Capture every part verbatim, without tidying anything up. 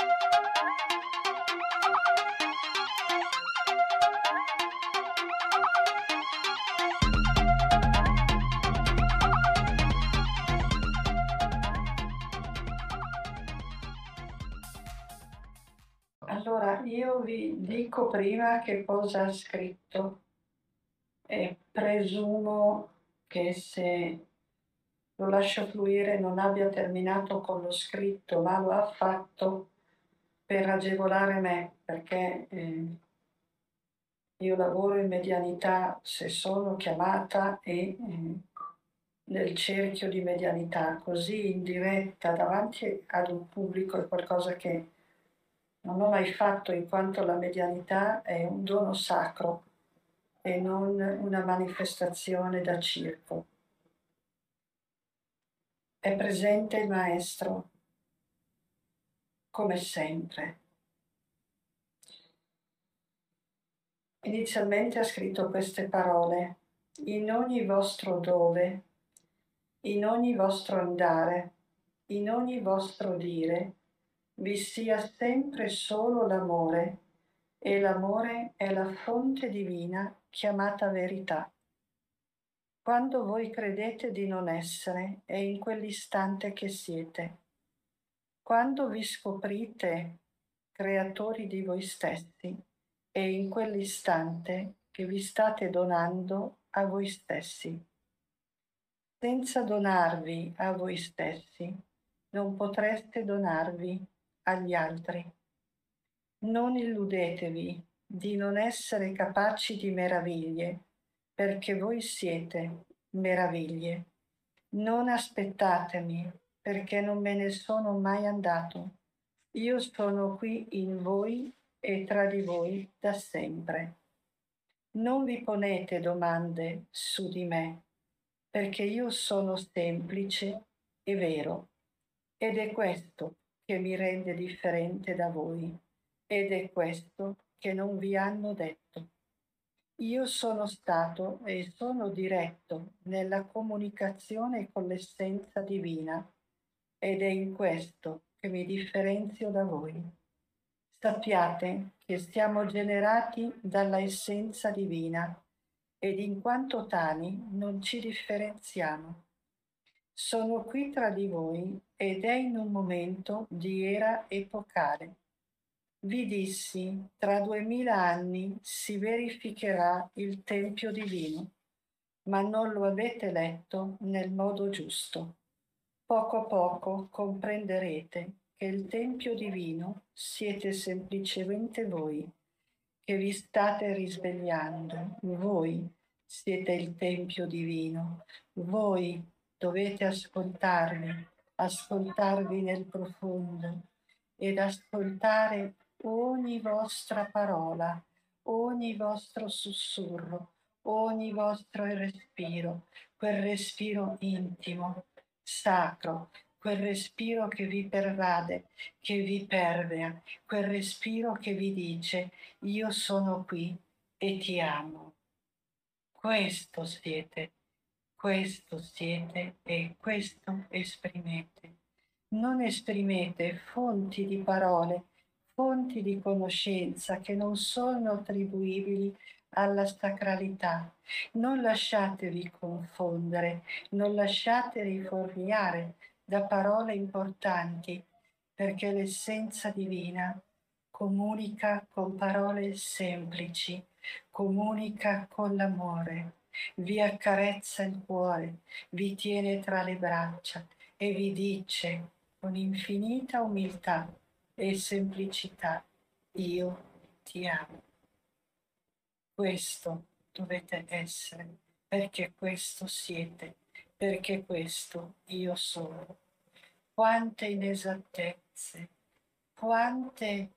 Allora, io vi dico prima che cosa ha scritto e presumo che se lo lascio fluire non abbia terminato con lo scritto, ma lo ha fatto per agevolare me, perché eh, io lavoro in medianità se sono chiamata e eh, nel cerchio di medianità, così in diretta davanti ad un pubblico è qualcosa che non ho mai fatto, in quanto la medianità è un dono sacro e non una manifestazione da circo. È presente il Maestro, come sempre. Inizialmente ha scritto queste parole: in ogni vostro dove, in ogni vostro andare, in ogni vostro dire, vi sia sempre solo l'amore, e l'amore è la fonte divina chiamata verità. Quando voi credete di non essere, è in quell'istante che siete. Quando vi scoprite creatori di voi stessi, è in quell'istante che vi state donando a voi stessi. Senza donarvi a voi stessi, non potreste donarvi agli altri. Non illudetevi di non essere capaci di meraviglie, perché voi siete meraviglie. Non aspettatemi, perché non me ne sono mai andato. Io sono qui in voi e tra di voi da sempre. Non vi ponete domande su di me, perché io sono semplice e vero, ed è questo che mi rende differente da voi, ed è questo che non vi hanno detto. Io sono stato e sono diretto nella comunicazione con l'essenza divina, ed è in questo che mi differenzio da voi. Sappiate che siamo generati dalla essenza divina ed in quanto tali non ci differenziamo. Sono qui tra di voi ed è in un momento di era epocale. Vi dissi, tra duemila anni si verificherà il tempio divino, ma non lo avete letto nel modo giusto. Poco a poco comprenderete che il tempio divino siete semplicemente voi, che vi state risvegliando. Voi siete il tempio divino. Voi dovete ascoltarmi, ascoltarvi nel profondo ed ascoltare ogni vostra parola, ogni vostro sussurro, ogni vostro respiro, quel respiro intimo, sacro, quel respiro che vi pervade, che vi pervea, quel respiro che vi dice: io sono qui e ti amo. Questo siete, questo siete e questo esprimete. Non esprimete fonti di parole, fonti di conoscenza che non sono attribuibili alla sacralità. Non lasciatevi confondere, non lasciatevi fuorviare da parole importanti, perché l'essenza divina comunica con parole semplici, comunica con l'amore, vi accarezza il cuore, vi tiene tra le braccia e vi dice con infinita umiltà e semplicità: io ti amo. Questo dovete essere, perché questo siete, perché questo io sono. Quante inesattezze, quante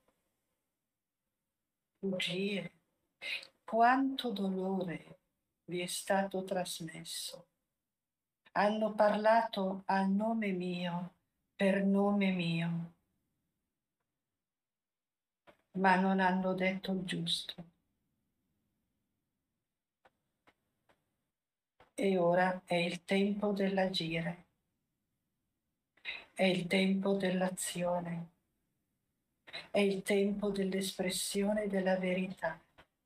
bugie, quanto dolore vi è stato trasmesso. Hanno parlato a nome mio, per nome mio, ma non hanno detto il giusto. E ora è il tempo dell'agire, è il tempo dell'azione. È il tempo dell'espressione della verità.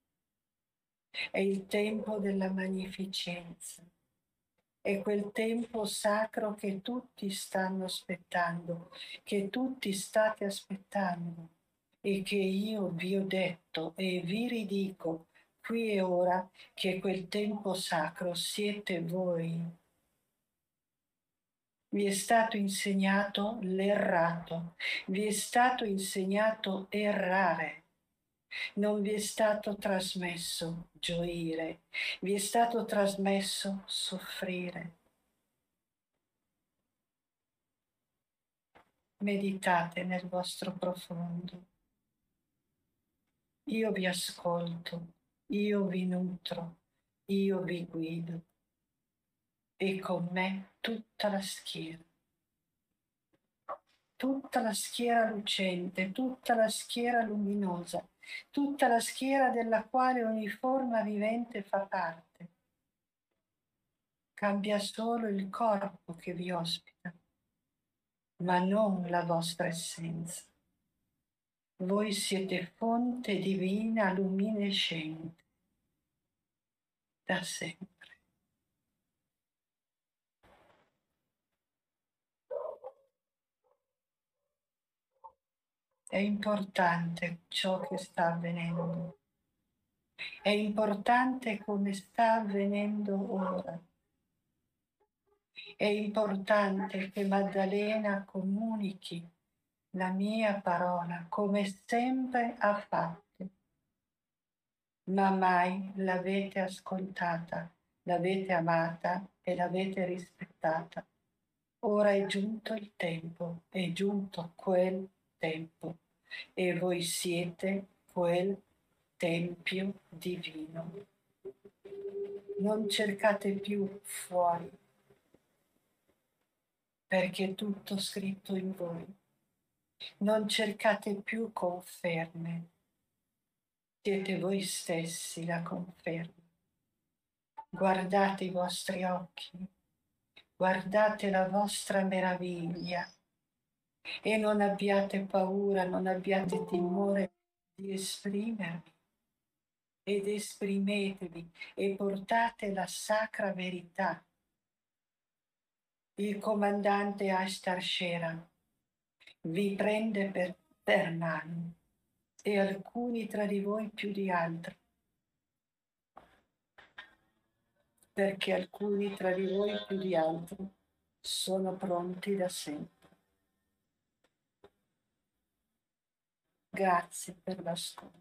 È il tempo della magnificenza. È quel tempo sacro che tutti stanno aspettando, che tutti state aspettando e che io vi ho detto e vi ridico qui e ora che quel tempo sacro siete voi. Vi è stato insegnato l'errato, vi è stato insegnato errare. Non vi è stato trasmesso gioire, vi è stato trasmesso soffrire. Meditate nel vostro profondo. Io vi ascolto, io vi nutro, io vi guido e con me tutta la schiera. Tutta la schiera lucente, tutta la schiera luminosa, tutta la schiera della quale ogni forma vivente fa parte. Cambia solo il corpo che vi ospita, ma non la vostra essenza. Voi siete fonte divina luminescente, da sempre. È importante ciò che sta avvenendo. È importante come sta avvenendo ora. È importante che Maddalena comunichi la mia parola come sempre ha fatto, ma mai l'avete ascoltata, l'avete amata e l'avete rispettata. Ora è giunto il tempo, è giunto quel tempo e voi siete quel tempio divino. Non cercate più fuori, perché è tutto scritto in voi. Non cercate più conferme, siete voi stessi la conferma. Guardate i vostri occhi, guardate la vostra meraviglia e non abbiate paura, non abbiate timore di esprimervi ed esprimetevi e portate la sacra verità. Il comandante Ashtar Sheran vi prende per, per mano e alcuni tra di voi più di altri, perché alcuni tra di voi più di altri sono pronti da sempre. Grazie per l'ascolto.